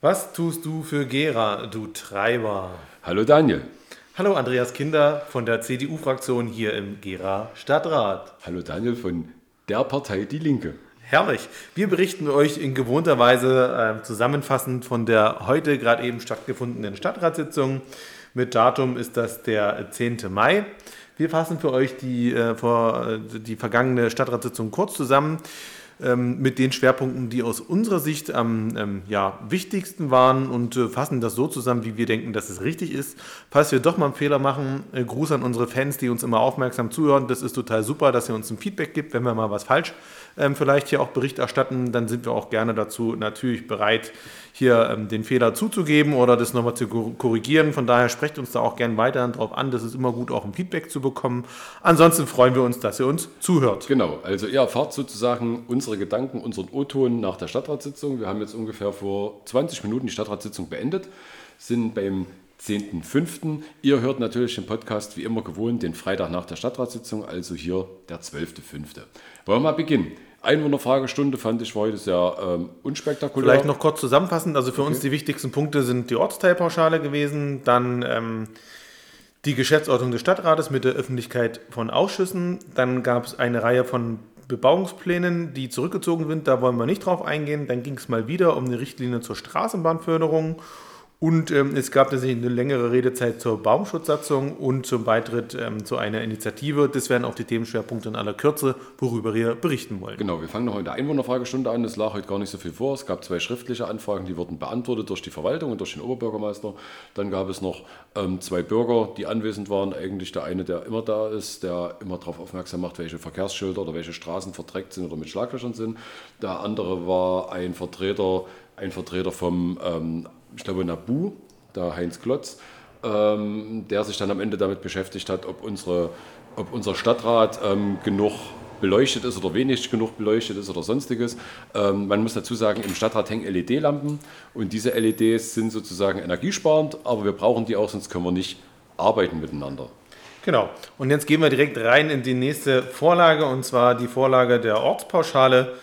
Was tust du für Gera, du Treiber? Hallo Daniel. Hallo Andreas Kinder von der CDU-Fraktion hier im Gera Stadtrat. Hallo Daniel von der Partei Die Linke. Herrlich. Wir berichten euch in gewohnter Weise zusammenfassend von der heute gerade eben stattgefundenen Stadtratssitzung. Mit Datum ist das der 10. Mai. Wir fassen für euch die vergangene Stadtratssitzung kurz zusammen mit den Schwerpunkten, die aus unserer Sicht am wichtigsten waren und fassen das so zusammen, wie wir denken, dass es richtig ist. Falls wir doch mal einen Fehler machen, Gruß an unsere Fans, die uns immer aufmerksam zuhören. Das ist total super, dass ihr uns ein Feedback gibt, wenn wir mal was falsch vielleicht hier auch Bericht erstatten. Dann sind wir auch gerne dazu natürlich bereit, hier den Fehler zuzugeben oder das nochmal zu korrigieren. Von daher sprecht uns da auch gerne weiter darauf an. Das ist immer gut, auch ein Feedback zu bekommen. Ansonsten freuen wir uns, dass ihr uns zuhört. Genau, also ihr erfahrt sozusagen unsere Gedanken, unseren O-Ton nach der Stadtratssitzung. Wir haben jetzt ungefähr vor 20 Minuten die Stadtratssitzung beendet, sind beim 10.05. Ihr hört natürlich den Podcast wie immer gewohnt, den Freitag nach der Stadtratssitzung, also hier der 12.05. Wollen wir mal beginnen? Einwohnerfragestunde fand ich war heute sehr unspektakulär. Vielleicht noch kurz zusammenfassend. Also für uns die wichtigsten Punkte sind die Ortsteilpauschale gewesen, dann die Geschäftsordnung des Stadtrates mit der Öffentlichkeit von Ausschüssen. Dann gab es eine Reihe von Bebauungsplänen, die zurückgezogen sind. Da wollen wir nicht drauf eingehen. Dann ging es mal wieder um eine Richtlinie zur Straßenbahnförderung. Und es gab tatsächlich eine längere Redezeit zur Baumschutzsatzung und zum Beitritt zu einer Initiative. Das wären auch die Themenschwerpunkte in aller Kürze, worüber wir berichten wollen. Genau, wir fangen noch in der Einwohnerfragestunde an. Es lag heute gar nicht so viel vor. Es gab 2 schriftliche Anfragen, die wurden beantwortet durch die Verwaltung und durch den Oberbürgermeister. Dann gab es noch 2 Bürger, die anwesend waren. Eigentlich der eine, der immer da ist, der immer darauf aufmerksam macht, welche Verkehrsschilder oder welche Straßen verdreckt sind oder mit Schlaglöchern sind. Der andere war ein Vertreter vom ich glaube, NABU, der Heinz Klotz, der sich dann am Ende damit beschäftigt hat, ob unser Stadtrat genug beleuchtet ist oder wenig genug beleuchtet ist oder sonstiges. Man muss dazu sagen, im Stadtrat hängen LED-Lampen und diese LEDs sind sozusagen energiesparend, aber wir brauchen die auch, sonst können wir nicht arbeiten miteinander. Genau. Und jetzt gehen wir direkt rein in die nächste Vorlage, und zwar die Vorlage der Ortspauschale.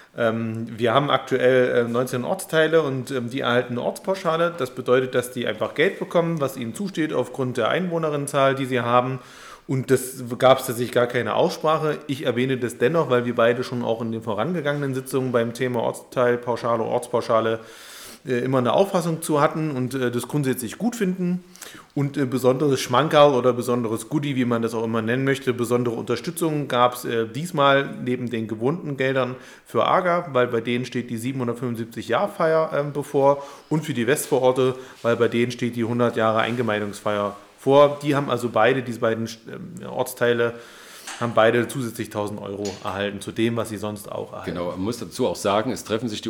Wir haben aktuell 19 Ortsteile und die erhalten eine Ortspauschale. Das bedeutet, dass die einfach Geld bekommen, was ihnen zusteht aufgrund der Einwohnerinnenzahl, die sie haben. Und das gab es tatsächlich gar keine Aussprache. Ich erwähne das dennoch, weil wir beide schon auch in den vorangegangenen Sitzungen beim Thema Ortsteilpauschale, Ortspauschale immer eine Auffassung zu hatten und das grundsätzlich gut finden. Und besonderes Schmankerl oder besonderes Goodie, wie man das auch immer nennen möchte, besondere Unterstützung gab es diesmal neben den gewohnten Geldern für AGA, weil bei denen steht die 775-Jahr-Feier bevor, und für die Westvororte, weil bei denen steht die 100 Jahre Eingemeindungsfeier vor. Die haben also diese beiden Ortsteile haben beide zusätzlich 1.000 € erhalten, zu dem, was sie sonst auch erhalten. Genau, man muss dazu auch sagen, es treffen sich die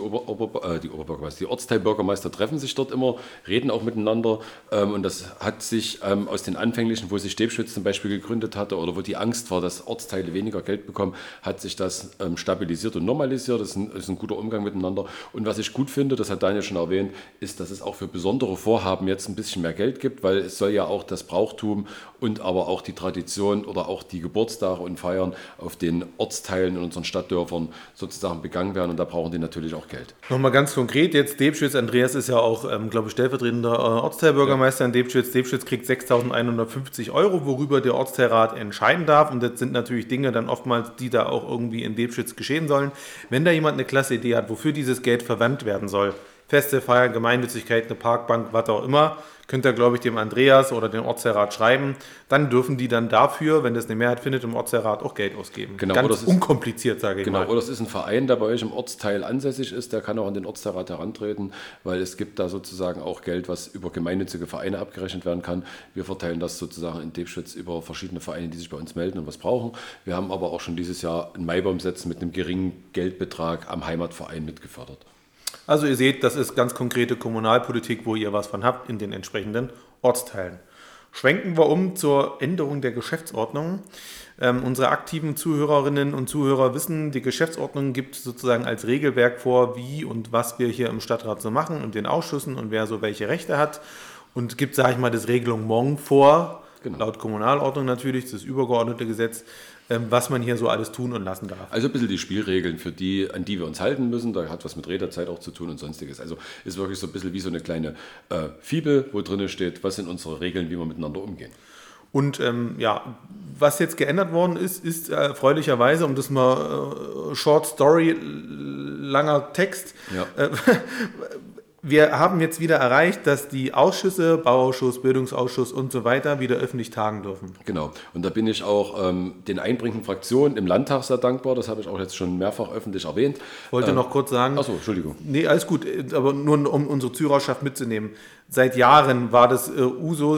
Ortsteilbürgermeister treffen sich dort immer, reden auch miteinander und das hat sich aus den Anfänglichen, wo sich Stäbschütz zum Beispiel gegründet hatte oder wo die Angst war, dass Ortsteile weniger Geld bekommen, hat sich das stabilisiert und normalisiert. Das ist ein guter Umgang miteinander. Und was ich gut finde, das hat Daniel schon erwähnt, ist, dass es auch für besondere Vorhaben jetzt ein bisschen mehr Geld gibt, weil es soll ja auch das Brauchtum und aber auch die Tradition oder auch die Geburtstage und Feiern auf den Ortsteilen in unseren Stadtdörfern sozusagen begangen werden und da brauchen die natürlich auch Geld. Nochmal ganz konkret, jetzt Debschütz, Andreas ist ja auch, glaube ich, stellvertretender Ortsteilbürgermeister in Debschütz. Debschütz kriegt 6.150 €, worüber der Ortsteilrat entscheiden darf, und das sind natürlich Dinge dann oftmals, die da auch irgendwie in Debschütz geschehen sollen. Wenn da jemand eine klasse Idee hat, wofür dieses Geld verwandt werden soll, Feste, Feiern, Gemeinnützigkeit, eine Parkbank, was auch immer, könnt ihr, glaube ich, dem Andreas oder dem Ortsteilrat schreiben. Dann dürfen die dann dafür, wenn das eine Mehrheit findet, im Ortsteilrat auch Geld ausgeben. Genau, ganz unkompliziert, sage ich mal. Genau, oder es ist ein Verein, der bei euch im Ortsteil ansässig ist, der kann auch an den Ortsteilrat herantreten, weil es gibt da sozusagen auch Geld, was über gemeinnützige Vereine abgerechnet werden kann. Wir verteilen das sozusagen in Debschütz über verschiedene Vereine, die sich bei uns melden und was brauchen. Wir haben aber auch schon dieses Jahr ein Maibaumsetzen mit einem geringen Geldbetrag am Heimatverein mitgefördert. Also ihr seht, das ist ganz konkrete Kommunalpolitik, wo ihr was von habt in den entsprechenden Ortsteilen. Schwenken wir um zur Änderung der Geschäftsordnung. Unsere aktiven Zuhörerinnen und Zuhörer wissen, die Geschäftsordnung gibt sozusagen als Regelwerk vor, wie und was wir hier im Stadtrat so machen und den Ausschüssen und wer so welche Rechte hat, und gibt, sage ich mal, das Reglement vor, Genau. Laut Kommunalordnung natürlich, das übergeordnete Gesetz, was man hier so alles tun und lassen darf. Also ein bisschen die Spielregeln, an die wir uns halten müssen. Da hat was mit Redezeit auch zu tun und sonstiges. Also ist wirklich so ein bisschen wie so eine kleine Fibel, wo drin steht, was sind unsere Regeln, wie wir miteinander umgehen. Und was jetzt geändert worden ist erfreulicherweise, um das mal Short Story, langer Text, Ja. Wir haben jetzt wieder erreicht, dass die Ausschüsse, Bauausschuss, Bildungsausschuss und so weiter wieder öffentlich tagen dürfen. Genau. Und da bin ich auch den einbringenden Fraktionen im Landtag sehr dankbar. Das habe ich auch jetzt schon mehrfach öffentlich erwähnt. Ich wollte noch kurz sagen. Achso, Entschuldigung. Nee, alles gut, aber nur um unsere Zuhörerschaft mitzunehmen. Seit Jahren war das Uso?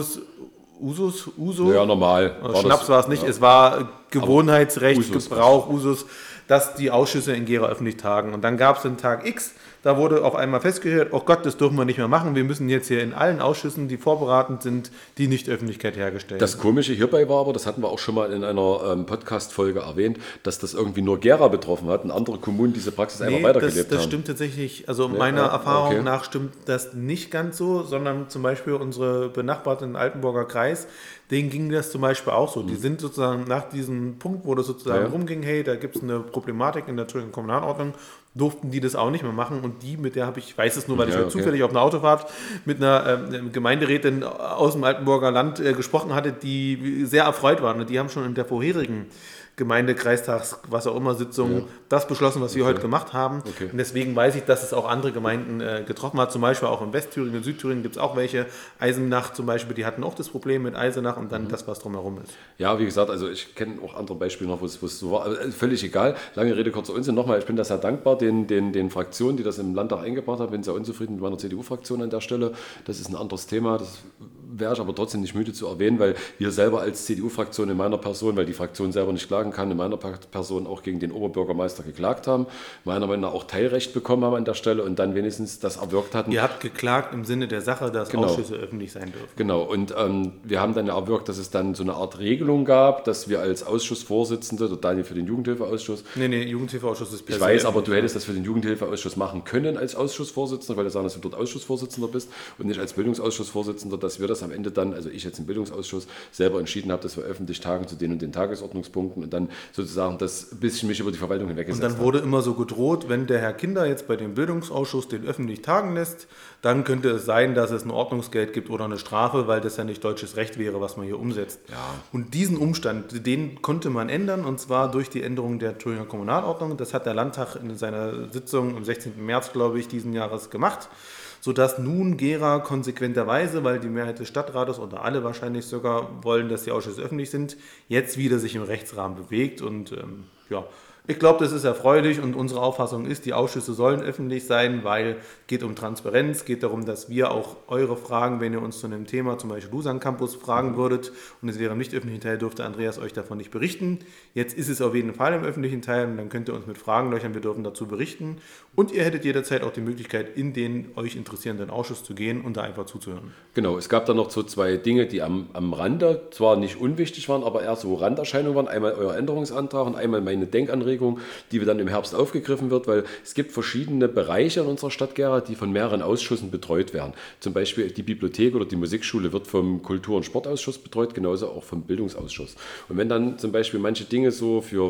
Ja, normal. Schnaps war es nicht, ja. Es war Gewohnheitsrecht, Usus, Gebrauch, Usus, dass die Ausschüsse in Gera öffentlich tagen. Und dann gab es den Tag X, da wurde auf einmal festgestellt, oh Gott, das dürfen wir nicht mehr machen. Wir müssen jetzt hier in allen Ausschüssen, die vorberatend sind, die Nicht-Öffentlichkeit hergestellt. Das Komische hierbei war aber, das hatten wir auch schon mal in einer Podcast-Folge erwähnt, dass das irgendwie nur Gera betroffen hat und andere Kommunen diese Praxis einfach weitergelebt haben. Das stimmt tatsächlich, also meiner Erfahrung nach stimmt das nicht ganz so, sondern zum Beispiel unsere Benachbarten im Altenburger Kreis, denen ging das zum Beispiel auch so. Die sind sozusagen nach diesem Punkt, wo das sozusagen rumging, hey, da gibt es eine Problematik in der Thüringer Kommunalordnung, durften die das auch nicht mehr machen. Und die, mit der habe ich weiß es nur, weil ich zufällig auf einer Autofahrt mit einer Gemeinderätin aus dem Altenburger Land gesprochen hatte, die sehr erfreut waren. Und die haben schon in der vorherigen Gemeindekreistags, was auch immer, Sitzung, das beschlossen, was wir heute gemacht haben. Okay. Und deswegen weiß ich, dass es auch andere Gemeinden getroffen hat. Zum Beispiel auch in Westthüringen, in Südthüringen gibt es auch welche. Eisenach zum Beispiel, die hatten auch das Problem mit Eisenach und dann das, was drumherum ist. Ja, wie gesagt, also ich kenne auch andere Beispiele noch, wo es so war. Also völlig egal. Lange Rede, kurzer Unsinn. Nochmal, ich bin da sehr dankbar den Fraktionen, die das im Landtag eingebracht haben. Bin sehr unzufrieden mit meiner CDU-Fraktion an der Stelle. Das ist ein anderes Thema. Das wäre ich aber trotzdem nicht müde zu erwähnen, weil wir selber als CDU-Fraktion in meiner Person, weil die Fraktion selber nicht klagen kann, in meiner Person auch gegen den Oberbürgermeister geklagt haben, meiner Meinung nach auch Teilrecht bekommen haben an der Stelle und dann wenigstens das erwirkt hatten. Ihr habt geklagt im Sinne der Sache, dass Ausschüsse öffentlich sein dürfen. Genau, und wir haben dann ja erwirkt, dass es dann so eine Art Regelung gab, dass wir als Ausschussvorsitzende, der Daniel für den Jugendhilfeausschuss. Nee, Jugendhilfeausschuss ist Ich weiß, aber du hättest das für den Jugendhilfeausschuss machen können als Ausschussvorsitzender, weil du sagen, dass du dort Ausschussvorsitzender bist und nicht als Bildungsausschussvorsitzender, dass wir das am Ende dann, also ich jetzt im Bildungsausschuss, selber entschieden habe, dass wir öffentlich tagen zu den und den Tagesordnungspunkten und dann sozusagen das bisschen mich über die Verwaltung hinweggesetzt Und dann wurde immer so gedroht, wenn der Herr Kinder jetzt bei dem Bildungsausschuss den öffentlich tagen lässt, dann könnte es sein, dass es ein Ordnungsgeld gibt oder eine Strafe, weil das ja nicht deutsches Recht wäre, was man hier umsetzt. Ja. Und diesen Umstand, den konnte man ändern, und zwar durch die Änderung der Thüringer Kommunalordnung. Das hat der Landtag in seiner Sitzung am 16. März, glaube ich, diesen Jahres gemacht, sodass nun Gera konsequenterweise, weil die Mehrheit des Stadtrates oder alle wahrscheinlich sogar wollen, dass die Ausschüsse öffentlich sind, jetzt wieder sich im Rechtsrahmen bewegt. Und ich glaube, das ist erfreulich, und unsere Auffassung ist, die Ausschüsse sollen öffentlich sein, weil es geht um Transparenz, geht darum, dass wir auch eure Fragen, wenn ihr uns zu einem Thema, zum Beispiel Lusan Campus, fragen würdet und es wäre im nicht öffentlichen Teil, dürfte Andreas euch davon nicht berichten. Jetzt ist es auf jeden Fall im öffentlichen Teil und dann könnt ihr uns mit Fragen löchern, wir dürfen dazu berichten, und ihr hättet jederzeit auch die Möglichkeit, in den euch interessierenden Ausschuss zu gehen und da einfach zuzuhören. Genau, es gab dann noch so zwei Dinge, die am Rande zwar nicht unwichtig waren, aber eher so Randerscheinungen waren. Einmal euer Änderungsantrag und einmal meine Denkanregung, die wir dann im Herbst aufgegriffen wird, weil es gibt verschiedene Bereiche in unserer Stadt Gera, die von mehreren Ausschüssen betreut werden. Zum Beispiel die Bibliothek oder die Musikschule wird vom Kultur- und Sportausschuss betreut, genauso auch vom Bildungsausschuss. Und wenn dann zum Beispiel manche Dinge so für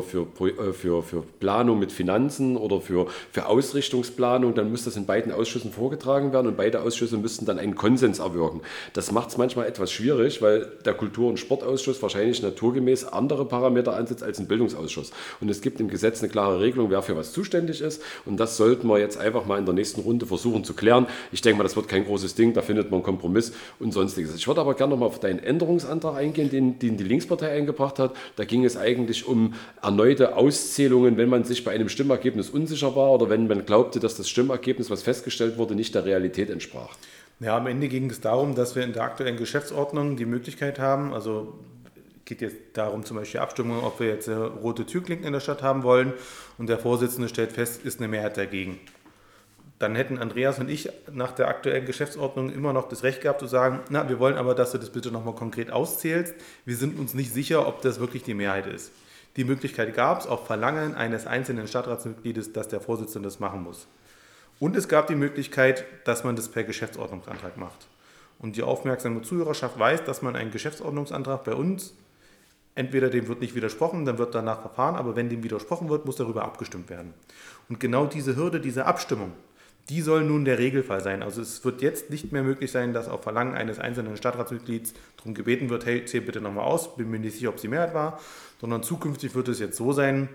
Planung mit Finanzen oder für Ausrichtungsplanung, dann muss das in beiden Ausschüssen vorgetragen werden und beide Ausschüsse müssten dann einen Konsens erwirken. Das macht es manchmal etwas schwierig, weil der Kultur- und Sportausschuss wahrscheinlich naturgemäß andere Parameter ansetzt als ein Bildungsausschuss. Und es gibt im Gesetz eine klare Regelung, wer für was zuständig ist, und das sollten wir jetzt einfach mal in der nächsten Runde versuchen zu klären. Ich denke mal, das wird kein großes Ding, da findet man einen Kompromiss und sonstiges. Ich würde aber gerne noch mal auf deinen Änderungsantrag eingehen, den die Linkspartei eingebracht hat. Da ging es eigentlich um erneute Auszählungen, wenn man sich bei einem Stimmergebnis unsicher war oder wenn man glaubte, dass das Stimmergebnis, was festgestellt wurde, nicht der Realität entsprach. Ja, am Ende ging es darum, dass wir in der aktuellen Geschäftsordnung die Möglichkeit haben, also geht jetzt darum, zum Beispiel Abstimmung, ob wir jetzt rote Türklinken in der Stadt haben wollen, und der Vorsitzende stellt fest, ist eine Mehrheit dagegen. Dann hätten Andreas und ich nach der aktuellen Geschäftsordnung immer noch das Recht gehabt zu sagen, na, wir wollen aber, dass du das bitte nochmal konkret auszählst. Wir sind uns nicht sicher, ob das wirklich die Mehrheit ist. Die Möglichkeit gab es auf Verlangen eines einzelnen Stadtratsmitgliedes, dass der Vorsitzende das machen muss. Und es gab die Möglichkeit, dass man das per Geschäftsordnungsantrag macht. und die aufmerksame Zuhörerschaft weiß, dass man einen Geschäftsordnungsantrag bei uns, entweder dem wird nicht widersprochen, dann wird danach verfahren, aber wenn dem widersprochen wird, muss darüber abgestimmt werden. Und genau diese Hürde, diese Abstimmung, die soll nun der Regelfall sein. Also es wird jetzt nicht mehr möglich sein, dass auf Verlangen eines einzelnen Stadtratsmitglieds darum gebeten wird, hey, zähl bitte nochmal aus, bin mir nicht sicher, ob es die Mehrheit war, sondern zukünftig wird es jetzt so sein,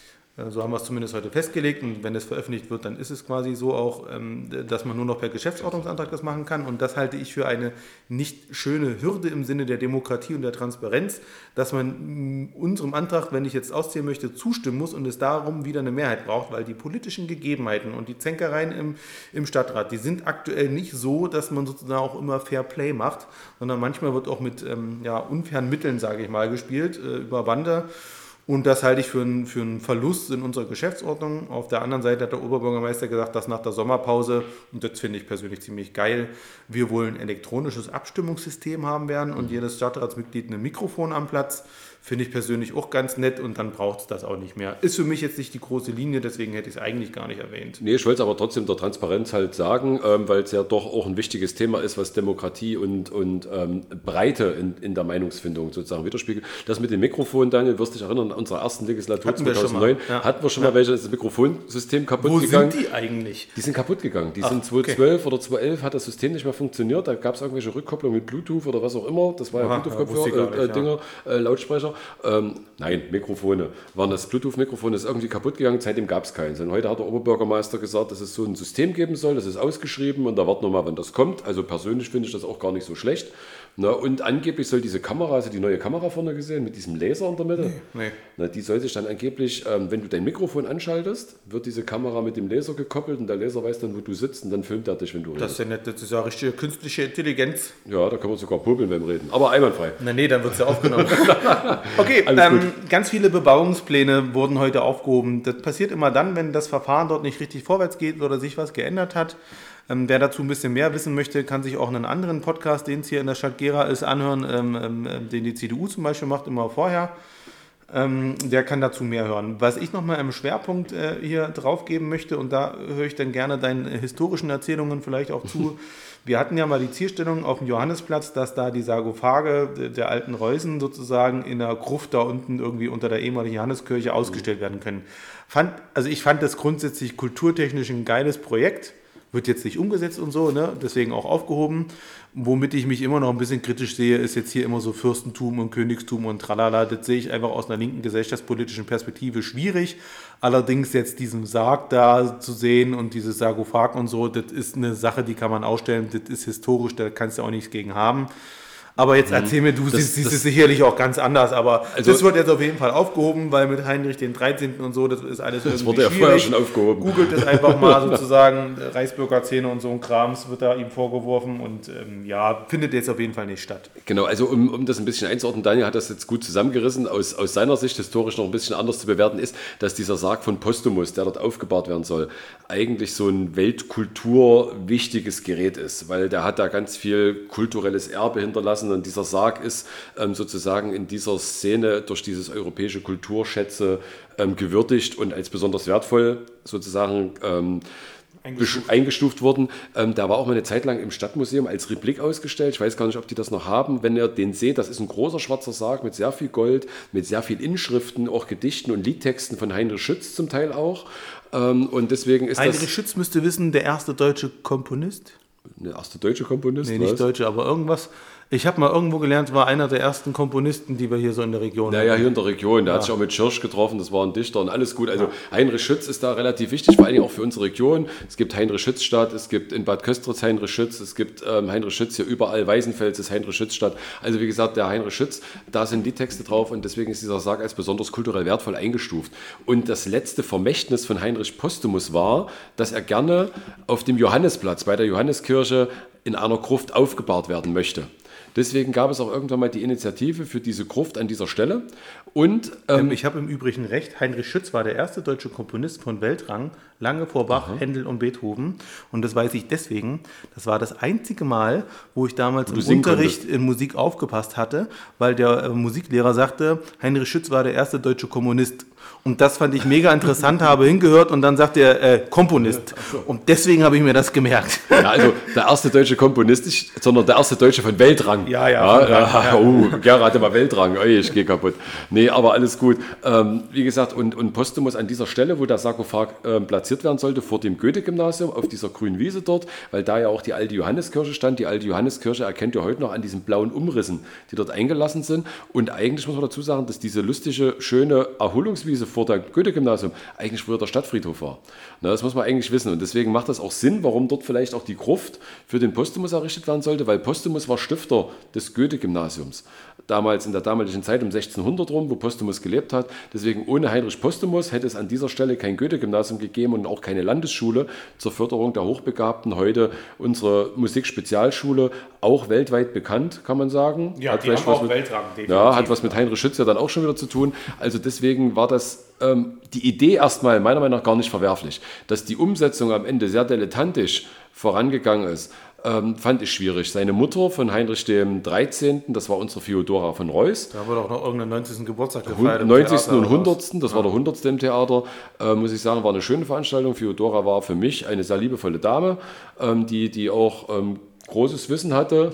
so haben wir es zumindest heute festgelegt, und wenn es veröffentlicht wird, dann ist es quasi so auch, dass man nur noch per Geschäftsordnungsantrag das machen kann, und das halte ich für eine nicht schöne Hürde im Sinne der Demokratie und der Transparenz, dass man unserem Antrag, wenn ich jetzt auszählen möchte, zustimmen muss und es darum wieder eine Mehrheit braucht, weil die politischen Gegebenheiten und die Zänkereien im Stadtrat, die sind aktuell nicht so, dass man sozusagen auch immer Fair Play macht, sondern manchmal wird auch mit unfairen Mitteln, sage ich mal, gespielt, über Bande. Und das halte ich für einen Verlust in unserer Geschäftsordnung. Auf der anderen Seite hat der Oberbürgermeister gesagt, dass nach der Sommerpause, und das finde ich persönlich ziemlich geil, wir wohl ein elektronisches Abstimmungssystem haben werden und jedes Stadtratsmitglied ein Mikrofon am Platz. Finde ich persönlich auch ganz nett, und dann braucht es das auch nicht mehr. Ist für mich jetzt nicht die große Linie, deswegen hätte ich es eigentlich gar nicht erwähnt. Nee, ich wollte es aber trotzdem der Transparenz halt sagen, weil es ja doch auch ein wichtiges Thema ist, was Demokratie und Breite in der Meinungsfindung sozusagen widerspiegelt. Das mit dem Mikrofon, Daniel, wirst dich erinnern, in unserer ersten Legislatur 2009 hatten wir schon mal welche, das Mikrofonsystem kaputt gegangen. Wo sind die eigentlich? Die sind kaputt gegangen. Die sind 2012 oder 2011 hat das System nicht mehr funktioniert. Da gab es irgendwelche Rückkopplungen mit Bluetooth oder was auch immer. Das war ja Bluetooth-Kopfhörer, Dinger, Lautsprecher. Nein, Mikrofone. Waren das Bluetooth-Mikrofon, das ist irgendwie kaputt gegangen, seitdem gab es keins. Und heute hat der Oberbürgermeister gesagt, dass es so ein System geben soll, das ist ausgeschrieben, und da warten wir mal, wann das kommt. Also persönlich finde ich das auch gar nicht so schlecht. Na, und angeblich soll diese Kamera, also die neue Kamera vorne gesehen, mit diesem Laser in der Mitte, Na, die soll sich dann angeblich, wenn du dein Mikrofon anschaltest, wird diese Kamera mit dem Laser gekoppelt, und der Laser weiß dann, wo du sitzt, und dann filmt er dich, wenn du redest. Das ist ja nett, das ist ja richtige künstliche Intelligenz. Ja, da kann man sogar popeln beim Reden, aber einwandfrei. Nee, dann wird es ja aufgenommen. Okay, ganz viele Bebauungspläne wurden heute aufgehoben. Das passiert immer dann, wenn das Verfahren dort nicht richtig vorwärts geht oder sich was geändert hat. Wer dazu ein bisschen mehr wissen möchte, kann sich auch einen anderen Podcast, den es hier in der Stadt Gera ist, anhören, den die CDU zum Beispiel macht, immer vorher. Der kann dazu mehr hören. Was ich nochmal im Schwerpunkt hier drauf geben möchte, und da höre ich dann gerne deinen historischen Erzählungen vielleicht auch zu. Wir hatten ja mal die Zielstellung auf dem Johannesplatz, dass da die Sarkophage der alten Reusen sozusagen in der Gruft da unten irgendwie unter der ehemaligen Johanneskirche ausgestellt werden können. Ich fand das grundsätzlich kulturtechnisch ein geiles Projekt. Wird jetzt nicht umgesetzt und so, ne? Deswegen auch aufgehoben. Womit ich mich immer noch ein bisschen kritisch sehe, ist jetzt hier immer so Fürstentum und Königstum und tralala. Das sehe ich einfach aus einer linken gesellschaftspolitischen Perspektive schwierig. Allerdings jetzt diesen Sarg da zu sehen und dieses Sarkophag und so, das ist eine Sache, die kann man ausstellen. Das ist historisch, da kannst du auch nichts gegen haben. Aber jetzt erzähl mir, du siehst es sicherlich auch ganz anders, aber also, das wird jetzt auf jeden Fall aufgehoben, weil mit Heinrich den 13. und so, das ist alles irgendwie schwierig. Das wurde ja vorher schon aufgehoben. Googelt es einfach mal sozusagen, Reichsbürger Szene und so ein Krams wird da ihm vorgeworfen, und findet jetzt auf jeden Fall nicht statt. Genau, also um das ein bisschen einzuordnen, Daniel hat das jetzt gut zusammengerissen, aus seiner Sicht historisch noch ein bisschen anders zu bewerten ist, dass dieser Sarg von Postumus, der dort aufgebahrt werden soll, eigentlich so ein weltkulturwichtiges Gerät ist, weil der hat da ganz viel kulturelles Erbe hinterlassen. Und dieser Sarg ist sozusagen in dieser Szene durch dieses europäische Kulturschätze gewürdigt und als besonders wertvoll sozusagen eingestuft worden. Da war auch mal eine Zeit lang im Stadtmuseum als Replik ausgestellt. Ich weiß gar nicht, ob die das noch haben. Wenn ihr den seht, das ist ein großer schwarzer Sarg mit sehr viel Gold, mit sehr viel Inschriften, auch Gedichten und Liedtexten von Heinrich Schütz zum Teil auch. Und deswegen ist Heinrich Schütz müsste wissen, der erste deutsche Komponist? Der erste deutsche Komponist? Nee, nicht deutsche, aber irgendwas. Ich habe mal irgendwo gelernt, war einer der ersten Komponisten, die wir hier so in der Region haben. Naja, hier in der Region. Der hat sich auch mit Schirsch getroffen, das war ein Dichter und alles gut. Also Heinrich Schütz ist da relativ wichtig, vor allen Dingen auch für unsere Region. Es gibt Heinrich-Schütz-Stadt, es gibt in Bad Köstritz Heinrich Schütz, es gibt Heinrich Schütz hier überall, Weißenfels ist Heinrich-Schütz-Stadt. Also wie gesagt, der Heinrich Schütz, da sind die Texte drauf, und deswegen ist dieser Sarg als besonders kulturell wertvoll eingestuft. Und das letzte Vermächtnis von Heinrich Postumus war, dass er gerne auf dem Johannesplatz bei der Johanneskirche in einer Gruft aufgebahrt werden möchte. Deswegen gab es auch irgendwann mal die Initiative für diese Gruft an dieser Stelle. Und ich habe im Übrigen recht, Heinrich Schütz war der erste deutsche Komponist von Weltrang, lange vor Bach, Händel und Beethoven. Und das weiß ich deswegen, das war das einzige Mal, wo ich damals im Unterricht in Musik aufgepasst hatte, weil der Musiklehrer sagte, Heinrich Schütz war der erste deutsche Komponist. Und das fand ich mega interessant, habe hingehört und dann sagt er Komponist. Und deswegen habe ich mir das gemerkt. Ja, also der erste deutsche Komponist, sondern der erste Deutsche von Weltrang. Ja. Gerhard hatte mal Weltrang, ich gehe kaputt. Nee, aber alles gut. Wie gesagt, und Postumus an dieser Stelle, wo der Sarkophag platziert werden sollte, vor dem Goethe-Gymnasium, auf dieser grünen Wiese dort, weil da ja auch die alte Johanneskirche stand. Die alte Johanneskirche erkennt ihr heute noch an diesen blauen Umrissen, die dort eingelassen sind. Und eigentlich muss man dazu sagen, dass diese lustige, schöne Erholungswiese vor dem Goethe-Gymnasium eigentlich früher der Stadtfriedhof war. Na, das muss man eigentlich wissen. Und deswegen macht das auch Sinn, warum dort vielleicht auch die Gruft für den Postumus errichtet werden sollte, weil Postumus war Stifter des Goethe-Gymnasiums. Damals in der damaligen Zeit um 1600 rum, wo Postumus gelebt hat. Deswegen ohne Heinrich Postumus hätte es an dieser Stelle kein Goethe-Gymnasium gegeben und auch keine Landesschule zur Förderung der Hochbegabten. Heute unsere Musikspezialschule, auch weltweit bekannt, kann man sagen. Ja, hat die haben auch Weltrang, definitiv. Ja, hat was mit Heinrich Schütz ja dann auch schon wieder zu tun. Also deswegen war das die Idee erstmal meiner Meinung nach gar nicht verwerflich. Dass die Umsetzung am Ende sehr dilettantisch vorangegangen ist, fand ich schwierig. Seine Mutter von Heinrich dem 13., das war unsere Feodora von Reuß. Da wurde auch noch irgendeinen 90. Geburtstag gefeiert. 90. und 100. Das war der 100. im Theater. Muss ich sagen, war eine schöne Veranstaltung. Feodora war für mich eine sehr liebevolle Dame, die auch großes Wissen hatte,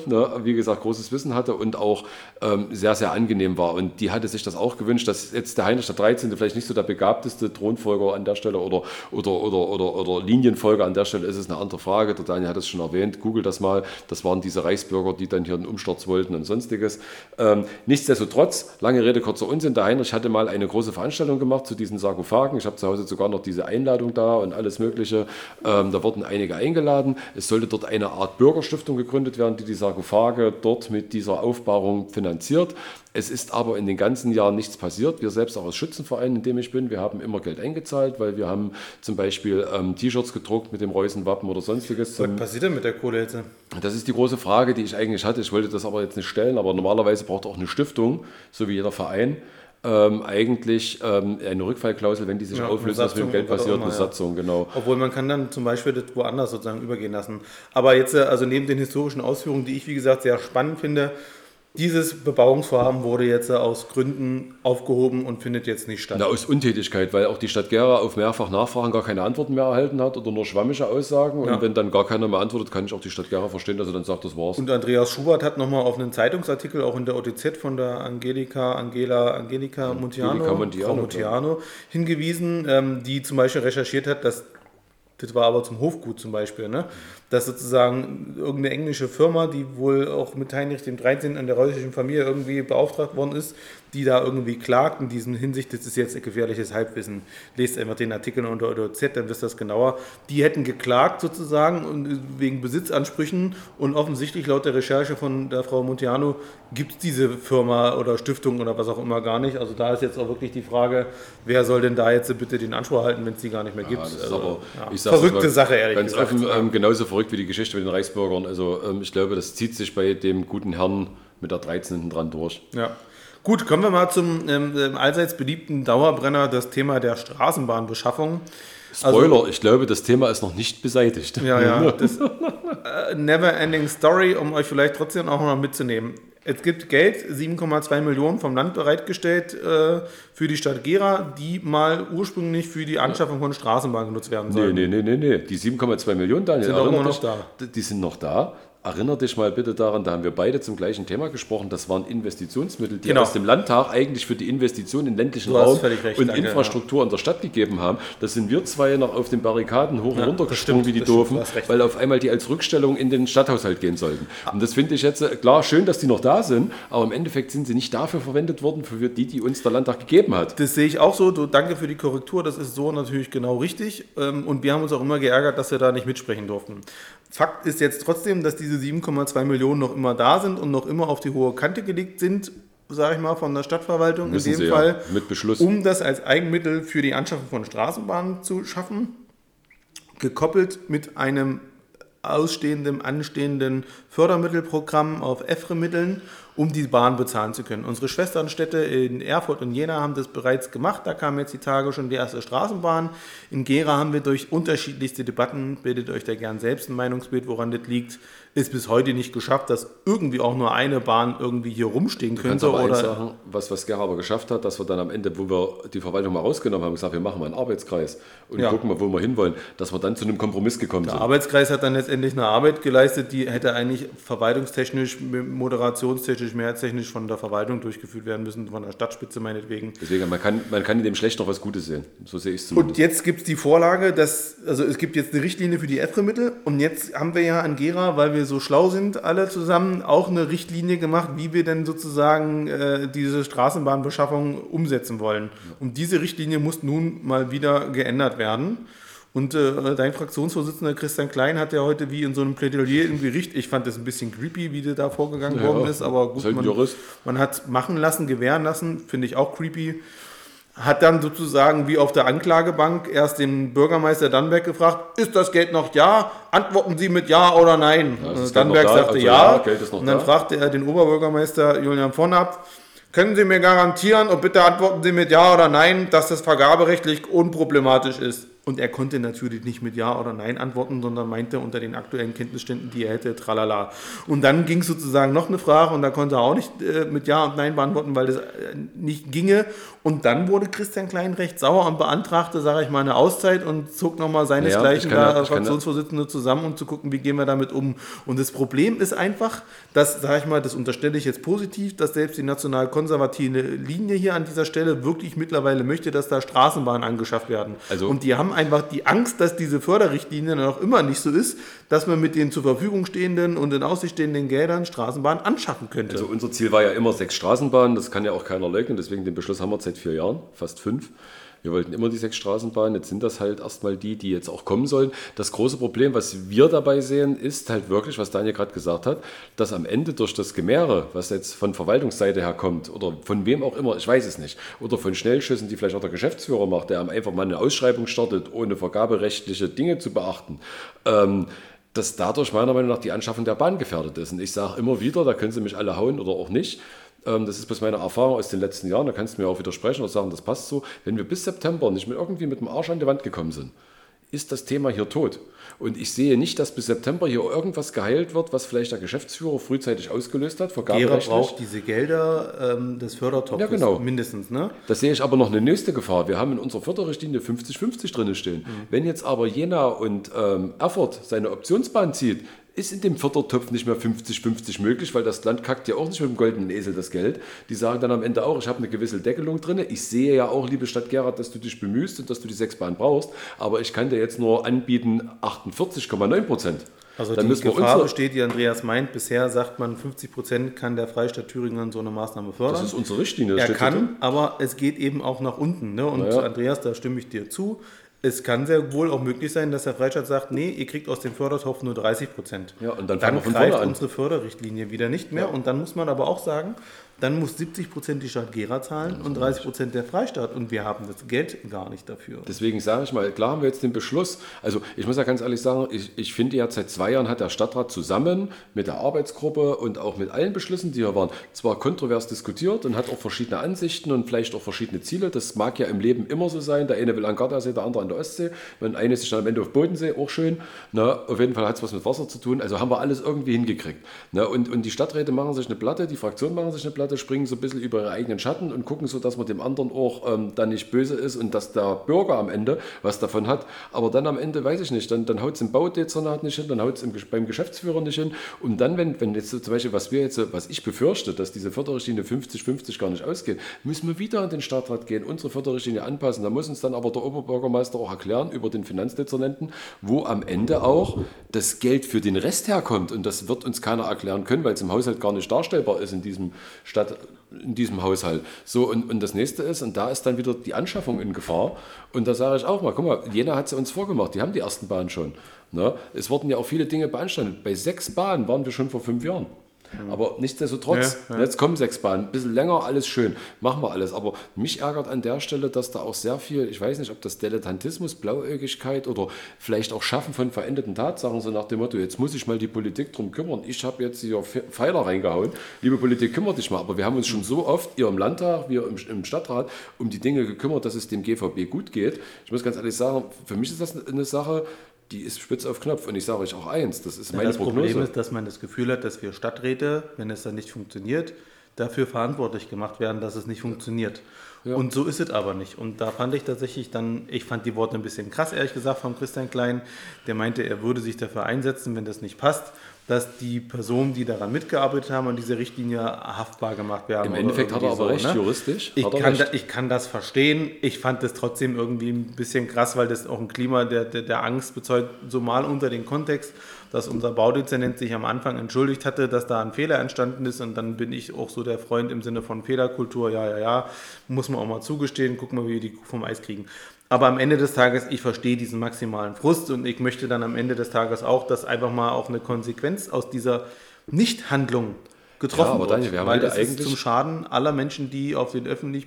und auch sehr, sehr angenehm war. Und die hatte sich das auch gewünscht, dass jetzt der Heinrich der 13. vielleicht nicht so der begabteste Thronfolger an der Stelle oder Linienfolger an der Stelle ist, es eine andere Frage. Der Daniel hat es schon erwähnt, google das mal. Das waren diese Reichsbürger, die dann hier einen Umsturz wollten und sonstiges. Nichtsdestotrotz, lange Rede, kurzer Unsinn, der Heinrich hatte mal eine große Veranstaltung gemacht zu diesen Sarkophagen. Ich habe zu Hause sogar noch diese Einladung da und alles Mögliche. Da wurden einige eingeladen. Es sollte dort eine Art Bürgerstiftung gegründet werden, die Sarkophage dort mit dieser Aufbahrung finanziert. Es ist aber in den ganzen Jahren nichts passiert. Wir selbst auch als Schützenverein, in dem ich bin, wir haben immer Geld eingezahlt, weil wir haben zum Beispiel T-Shirts gedruckt mit dem Reußenwappen oder sonstiges. Was passiert denn mit der Kohle jetzt? Das ist die große Frage, die ich eigentlich hatte. Ich wollte das aber jetzt nicht stellen, aber normalerweise braucht auch eine Stiftung, so wie jeder Verein, eigentlich eine Rückfallklausel, wenn die sich auflösen, was mit dem Geld passiert, eine Satzung, genau. Obwohl man kann dann zum Beispiel das woanders sozusagen übergehen lassen. Aber jetzt, also neben den historischen Ausführungen, die ich, wie gesagt, sehr spannend finde, dieses Bebauungsvorhaben wurde jetzt aus Gründen aufgehoben und findet jetzt nicht statt. Na, aus Untätigkeit, weil auch die Stadt Gera auf mehrfach Nachfragen gar keine Antworten mehr erhalten hat oder nur schwammige Aussagen. Und wenn dann gar keiner mehr antwortet, kann ich auch die Stadt Gera verstehen, dass er dann sagt, das war's. Und Andreas Schubert hat nochmal auf einen Zeitungsartikel, auch in der OTZ von der Angelika Montiano hingewiesen, die zum Beispiel recherchiert hat, dass das war aber zum Hofgut zum Beispiel, ne? Dass sozusagen irgendeine englische Firma, die wohl auch mit Heinrich dem 13. an der reußischen Familie irgendwie beauftragt worden ist, die da irgendwie klagt in diesem Hinsicht, das ist jetzt ein gefährliches Halbwissen. Lest einfach den Artikel unter OZ, dann wisst ihr das genauer. Die hätten geklagt sozusagen und wegen Besitzansprüchen und offensichtlich laut der Recherche von der Frau Montiano gibt es diese Firma oder Stiftung oder was auch immer gar nicht. Also da ist jetzt auch wirklich die Frage, wer soll denn da jetzt bitte den Anspruch halten, wenn es die gar nicht mehr gibt. Das ist also, aber, verrückte Sache, ehrlich ganz gesagt. Offen, genauso verrückt wie die Geschichte mit den Reichsbürgern. Also ich glaube, das zieht sich bei dem guten Herrn mit der 13. dran durch. Ja. Gut, kommen wir mal zum allseits beliebten Dauerbrenner, das Thema der Straßenbahnbeschaffung. Spoiler, ich glaube, das Thema ist noch nicht beseitigt. Ja, das Never-Ending Story, um euch vielleicht trotzdem auch noch mitzunehmen. Es gibt Geld, 7,2 Millionen vom Land bereitgestellt für die Stadt Gera, die mal ursprünglich für die Anschaffung von Straßenbahnen genutzt werden sollen. Nee. Die 7,2 Millionen, Daniel, sind auch immer noch da. Die sind noch da. Erinner dich mal bitte daran, da haben wir beide zum gleichen Thema gesprochen, das waren Investitionsmittel, die aus dem Landtag eigentlich für die Investition in ländlichen Raum und Infrastruktur in der Stadt gegeben haben. Da sind wir zwei noch auf den Barrikaden hoch und runter gesprungen wie die Doofen, weil auf einmal die als Rückstellung in den Stadthaushalt gehen sollten. Und das finde ich jetzt, klar, schön, dass die noch da sind, aber im Endeffekt sind sie nicht dafür verwendet worden, für die uns der Landtag gegeben hat. Das sehe ich auch so. Danke für die Korrektur, das ist so natürlich genau richtig. Und wir haben uns auch immer geärgert, dass wir da nicht mitsprechen durften. Fakt ist jetzt trotzdem, dass diese 7,2 Millionen noch immer da sind und noch immer auf die hohe Kante gelegt sind, sage ich mal, von der Stadtverwaltung Müssen in dem Fall, mit Beschluss. Um das als Eigenmittel für die Anschaffung von Straßenbahnen zu schaffen, gekoppelt mit einem anstehenden Fördermittelprogramm auf EFRE-Mitteln, um die Bahn bezahlen zu können. Unsere Schwesternstädte in Erfurt und Jena haben das bereits gemacht. Da kam jetzt die Tage schon die erste Straßenbahn. In Gera haben wir durch unterschiedlichste Debatten, bildet euch da gern selbst ein Meinungsbild, woran das liegt, ist bis heute nicht geschafft, dass irgendwie auch nur eine Bahn irgendwie hier rumstehen könnte. Aber oder sagen, was Gera aber geschafft hat, dass wir dann am Ende, wo wir die Verwaltung mal rausgenommen haben, gesagt, wir machen mal einen Arbeitskreis und gucken mal, wo wir hinwollen, dass wir dann zu einem Kompromiss gekommen sind. Der Arbeitskreis hat dann letztendlich eine Arbeit geleistet, die hätte eigentlich verwaltungstechnisch, moderationstechnisch, mehrheitstechnisch von der Verwaltung durchgeführt werden müssen, von der Stadtspitze meinetwegen. Deswegen, man kann in dem schlecht noch was Gutes sehen. So sehe ich es zumindest. Und jetzt gibt es die Vorlage, also es gibt jetzt eine Richtlinie für die EFRE-Mittel und jetzt haben wir ja an Gera, weil wir so schlau sind, alle zusammen auch eine Richtlinie gemacht, wie wir denn sozusagen diese Straßenbahnbeschaffung umsetzen wollen. Und diese Richtlinie muss nun mal wieder geändert werden. Und dein Fraktionsvorsitzender Christian Klein hat ja heute wie in so einem Plädoyer im Gericht, ich fand das ein bisschen creepy, wie der da vorgegangen worden ist, aber gut, man hat machen lassen, gewähren lassen, finde ich auch creepy. Hat dann sozusagen wie auf der Anklagebank erst den Bürgermeister Dannenberg gefragt, ist das Geld noch ja? Antworten Sie mit ja oder nein. Ja, Dannenberg sagte ja. Geld ist noch und dann fragte er den Oberbürgermeister Julian von ab, können Sie mir garantieren und bitte antworten Sie mit ja oder nein, dass das vergaberechtlich unproblematisch ist. Und er konnte natürlich nicht mit Ja oder Nein antworten, sondern meinte unter den aktuellen Kenntnisständen, die er hätte, tralala. Und dann ging es sozusagen noch eine Frage und da konnte er auch nicht mit Ja und Nein beantworten, weil das nicht ginge. Und dann wurde Christian Klein recht sauer und beantragte, sage ich mal, eine Auszeit und zog nochmal seinesgleichen Fraktionsvorsitzende zusammen, um zu gucken, wie gehen wir damit um. Und das Problem ist einfach, dass, sage ich mal, das unterstelle ich jetzt positiv, dass selbst die national-konservative Linie hier an dieser Stelle wirklich mittlerweile möchte, dass da Straßenbahnen angeschafft werden. Und die haben einfach die Angst, dass diese Förderrichtlinie noch immer nicht so ist, dass man mit den zur Verfügung stehenden und in Aussicht stehenden Geldern Straßenbahnen anschaffen könnte. Also unser Ziel war ja immer 6 Straßenbahnen, das kann ja auch keiner leugnen, deswegen den Beschluss haben wir seit 4 Jahren, fast 5. Wir wollten immer die 6 Straßenbahnen, jetzt sind das halt erstmal die jetzt auch kommen sollen. Das große Problem, was wir dabei sehen, ist halt wirklich, was Daniel gerade gesagt hat, dass am Ende durch das Gemäre, was jetzt von Verwaltungsseite her kommt oder von wem auch immer, ich weiß es nicht, oder von Schnellschüssen, die vielleicht auch der Geschäftsführer macht, der einfach mal eine Ausschreibung startet, ohne vergaberechtliche Dinge zu beachten, dass dadurch meiner Meinung nach die Anschaffung der Bahn gefährdet ist. Und ich sage immer wieder, da können Sie mich alle hauen oder auch nicht, das ist bloß meine Erfahrung aus den letzten Jahren, da kannst du mir auch widersprechen oder sagen, das passt so. Wenn wir bis September nicht irgendwie mit dem Arsch an die Wand gekommen sind, ist das Thema hier tot. Und ich sehe nicht, dass bis September hier irgendwas geheilt wird, was vielleicht der Geschäftsführer frühzeitig ausgelöst hat. Gera braucht diese Gelder des Fördertopfes mindestens. Ne? Das sehe ich aber noch eine nächste Gefahr. Wir haben in unserer Förderrichtlinie 50-50 drin stehen. Wenn jetzt aber Jena und Erfurt seine Optionsbahn zieht, ist in dem Fördertopf nicht mehr 50-50 möglich, weil das Land kackt ja auch nicht mit dem goldenen Esel das Geld. Die sagen dann am Ende auch, ich habe eine gewisse Deckelung drin. Ich sehe ja auch, liebe Stadt Gera, dass du dich bemühst und dass du die 6 Bahnen brauchst, aber ich kann dir jetzt nur anbieten 48,9%. Also dann die Gefahr besteht, die Andreas meint, bisher sagt man, 50% kann der Freistaat Thüringen so eine Maßnahme fördern. Das ist unsere Richtlinie. Er kann, aber es geht eben auch nach unten. Ne? Und Andreas, da stimme ich dir zu. Es kann sehr wohl auch möglich sein, dass der Freistaat sagt, nee, ihr kriegt aus dem Fördertopf nur 30%. Ja, und dann greift unsere Förderrichtlinie wieder nicht mehr. Ja. Und dann muss man aber auch sagen, dann muss 70% die Stadt Gera zahlen und 30% der Freistaat. Und wir haben das Geld gar nicht dafür. Deswegen sage ich mal, klar haben wir jetzt den Beschluss. Also ich muss ja ganz ehrlich sagen, ich finde ja, seit 2 Jahren hat der Stadtrat zusammen mit der Arbeitsgruppe und auch mit allen Beschlüssen, die hier waren, zwar kontrovers diskutiert und hat auch verschiedene Ansichten und vielleicht auch verschiedene Ziele. Das mag ja im Leben immer so sein. Der eine will an Gardasee, der andere an der Ostsee. Wenn eine ist sich dann am Ende auf Bodensee, auch schön. Na, auf jeden Fall hat es was mit Wasser zu tun. Also haben wir alles irgendwie hingekriegt. Na, und die Stadträte machen sich eine Platte, die Fraktionen machen sich eine Platte, springen so ein bisschen über ihre eigenen Schatten und gucken so, dass man dem anderen auch dann nicht böse ist und dass der Bürger am Ende was davon hat. Aber dann am Ende, weiß ich nicht, dann haut es im Baudezernat nicht hin, dann haut es beim Geschäftsführer nicht hin. Und dann, wenn jetzt so zum Beispiel, was ich befürchte, dass diese Förderrichtlinie 50-50 gar nicht ausgeht, müssen wir wieder an den Stadtrat gehen, unsere Förderrichtlinie anpassen. Da muss uns dann aber der Oberbürgermeister auch erklären über den Finanzdezernenten, wo am Ende auch das Geld für den Rest herkommt. Und das wird uns keiner erklären können, weil es im Haushalt gar nicht darstellbar ist in diesem Haushalt. So, und das nächste ist, und da ist dann wieder die Anschaffung in Gefahr. Und da sage ich auch mal, guck mal, Jena hat es ja uns vorgemacht, die haben die ersten Bahnen schon. Ne? Es wurden ja auch viele Dinge beanstandet. Bei 6 Bahnen waren wir schon vor 5 Jahren. Aber nichtsdestotrotz, jetzt kommen 6 Bahnen, ein bisschen länger, alles schön, machen wir alles. Aber mich ärgert an der Stelle, dass da auch sehr viel, ich weiß nicht, ob das Dilettantismus, Blauäugigkeit oder vielleicht auch Schaffen von verendeten Tatsachen, so nach dem Motto, jetzt muss sich mal die Politik drum kümmern. Ich habe jetzt hier Pfeiler reingehauen, liebe Politik, kümmert dich mal. Aber wir haben uns schon so oft, ihr im Landtag, wir im Stadtrat, um die Dinge gekümmert, dass es dem GVB gut geht. Ich muss ganz ehrlich sagen, für mich ist das eine Sache, die ist spitz auf Knopf. Und ich sage euch auch eins, das ist meine Das Prognose. Problem ist, dass man das Gefühl hat, dass wir Stadträte, wenn es dann nicht funktioniert, dafür verantwortlich gemacht werden, dass es nicht funktioniert. Ja. Und so ist es aber nicht. Und da fand ich tatsächlich ich fand die Worte ein bisschen krass, ehrlich gesagt, von Christian Klein. Der meinte, er würde sich dafür einsetzen, wenn das nicht passt, dass die Personen, die daran mitgearbeitet haben, an dieser Richtlinie haftbar gemacht werden. Im Endeffekt hat er aber recht, juristisch. Ich kann das verstehen. Ich fand das trotzdem irgendwie ein bisschen krass, weil das auch ein Klima der Angst bezeugt, so mal unter den Kontext, dass unser Baudezernent sich am Anfang entschuldigt hatte, dass da ein Fehler entstanden ist, und dann bin ich auch so der Freund im Sinne von Fehlerkultur, ja, muss man auch mal zugestehen, guck mal, wie wir die Kuh vom Eis kriegen. Aber am Ende des Tages, ich verstehe diesen maximalen Frust, und ich möchte dann am Ende des Tages auch, dass einfach mal auch eine Konsequenz aus dieser Nichthandlung getroffen aber wird. Daniel, wir haben weil heute es ist eigentlich zum Schaden aller Menschen, die auf den öffentlichen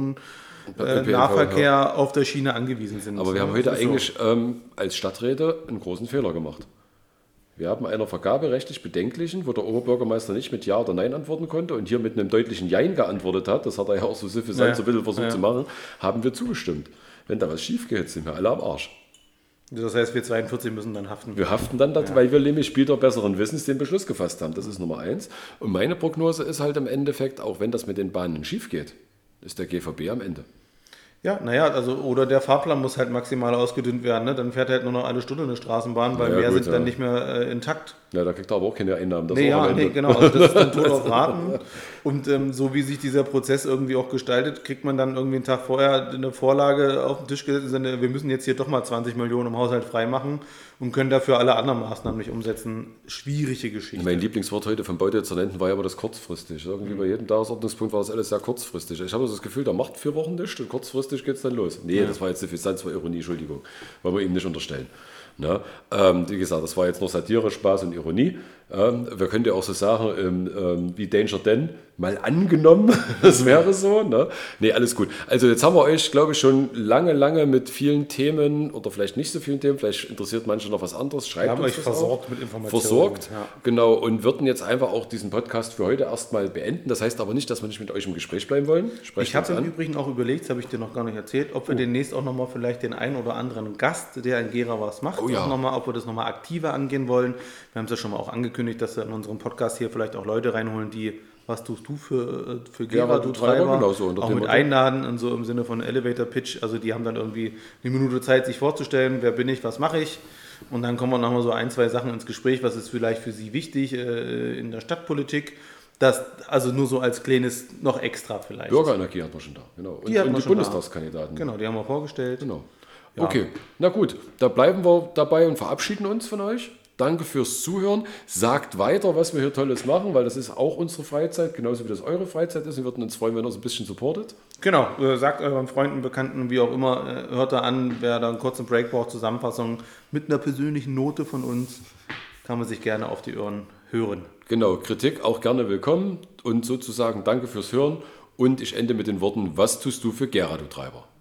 Personennahverkehr auf der Schiene angewiesen sind. Aber wir haben heute eigentlich als Stadträte einen großen Fehler gemacht. Wir haben einer vergaberechtlich Bedenklichen, wo der Oberbürgermeister nicht mit Ja oder Nein antworten konnte und hier mit einem deutlichen Jein geantwortet hat, das hat er ja auch so suffisant so ein bisschen versucht zu machen, haben wir zugestimmt. Wenn da was schief geht, sind wir alle am Arsch. Das heißt, wir 42 müssen dann haften. Wir haften dann, weil wir nämlich später besseren Wissens den Beschluss gefasst haben. Das ist Nummer 1. Und meine Prognose ist halt im Endeffekt, auch wenn das mit den Bahnen schief geht, ist der GVB am Ende. Ja, oder der Fahrplan muss halt maximal ausgedünnt werden. Ne? Dann fährt halt nur noch alle Stunde eine Straßenbahn, weil mehr sind dann nicht mehr intakt. Ja, da kriegt er aber auch keine Einnahmen. Genau. Also das ist dann Tod auf Raten. Und so wie sich dieser Prozess irgendwie auch gestaltet, kriegt man dann irgendwie einen Tag vorher eine Vorlage auf den Tisch gesetzt. Wir müssen jetzt hier doch mal 20 Millionen im Haushalt freimachen und können dafür alle anderen Maßnahmen nicht umsetzen. Schwierige Geschichte. Mein Lieblingswort heute vom Baudezernenten war ja aber das kurzfristig. Irgendwie bei jedem Tagesordnungspunkt war das alles sehr kurzfristig. Ich habe das Gefühl, der macht 4 Wochen nichts und kurzfristig geht es dann los. Nee, das war jetzt suffisant, das war Ironie, Entschuldigung. Wollen wir ihm nicht unterstellen. Na, wie gesagt, das war jetzt nur Satire, Spaß und Ironie. Wir können ja auch so sagen, wie Danger Dan, mal angenommen, das wäre so. Ne? Nee, alles gut. Also jetzt haben wir euch, glaube ich, schon lange mit vielen Themen oder vielleicht nicht so vielen Themen, vielleicht interessiert manche noch was anderes. Schreibt wir haben uns euch das versorgt auch. mit Informationen. Versorgt, genau. Und würden jetzt einfach auch diesen Podcast für heute erstmal beenden. Das heißt aber nicht, dass wir nicht mit euch im Gespräch bleiben wollen. Ich habe im Übrigen auch überlegt, das habe ich dir noch gar nicht erzählt, ob wir demnächst auch nochmal vielleicht den einen oder anderen Gast, der in Gera was macht, ob wir das nochmal aktiver angehen wollen. Wir haben es ja schon mal auch angekündigt, dass wir in unserem Podcast hier vielleicht auch Leute reinholen, die was tust du für Gera, du Treiber, genau so, auch mit einladen und so im Sinne von Elevator Pitch. Also die haben dann irgendwie eine Minute Zeit, sich vorzustellen, wer bin ich, was mache ich. Und dann kommen wir nochmal so 1, 2 Sachen ins Gespräch, was ist vielleicht für sie wichtig in der Stadtpolitik. Das, also nur so als kleines noch extra vielleicht. Bürgerenergie hatten wir schon da, genau. Und die Bundestagskandidaten. Genau, die haben wir vorgestellt. Genau. Ja. Okay, na gut, da bleiben wir dabei und verabschieden uns von euch. Danke fürs Zuhören. Sagt weiter, was wir hier Tolles machen, weil das ist auch unsere Freizeit, genauso wie das eure Freizeit ist. Wir würden uns freuen, wenn ihr uns ein bisschen supportet. Genau, sagt euren Freunden, Bekannten, wie auch immer, hört da an, wer da einen kurzen Break braucht, Zusammenfassung mit einer persönlichen Note von uns, kann man sich gerne auf die Ohren hören. Genau, Kritik auch gerne willkommen und sozusagen danke fürs Hören. Und ich ende mit den Worten, was tust du für Gera, du Treiber?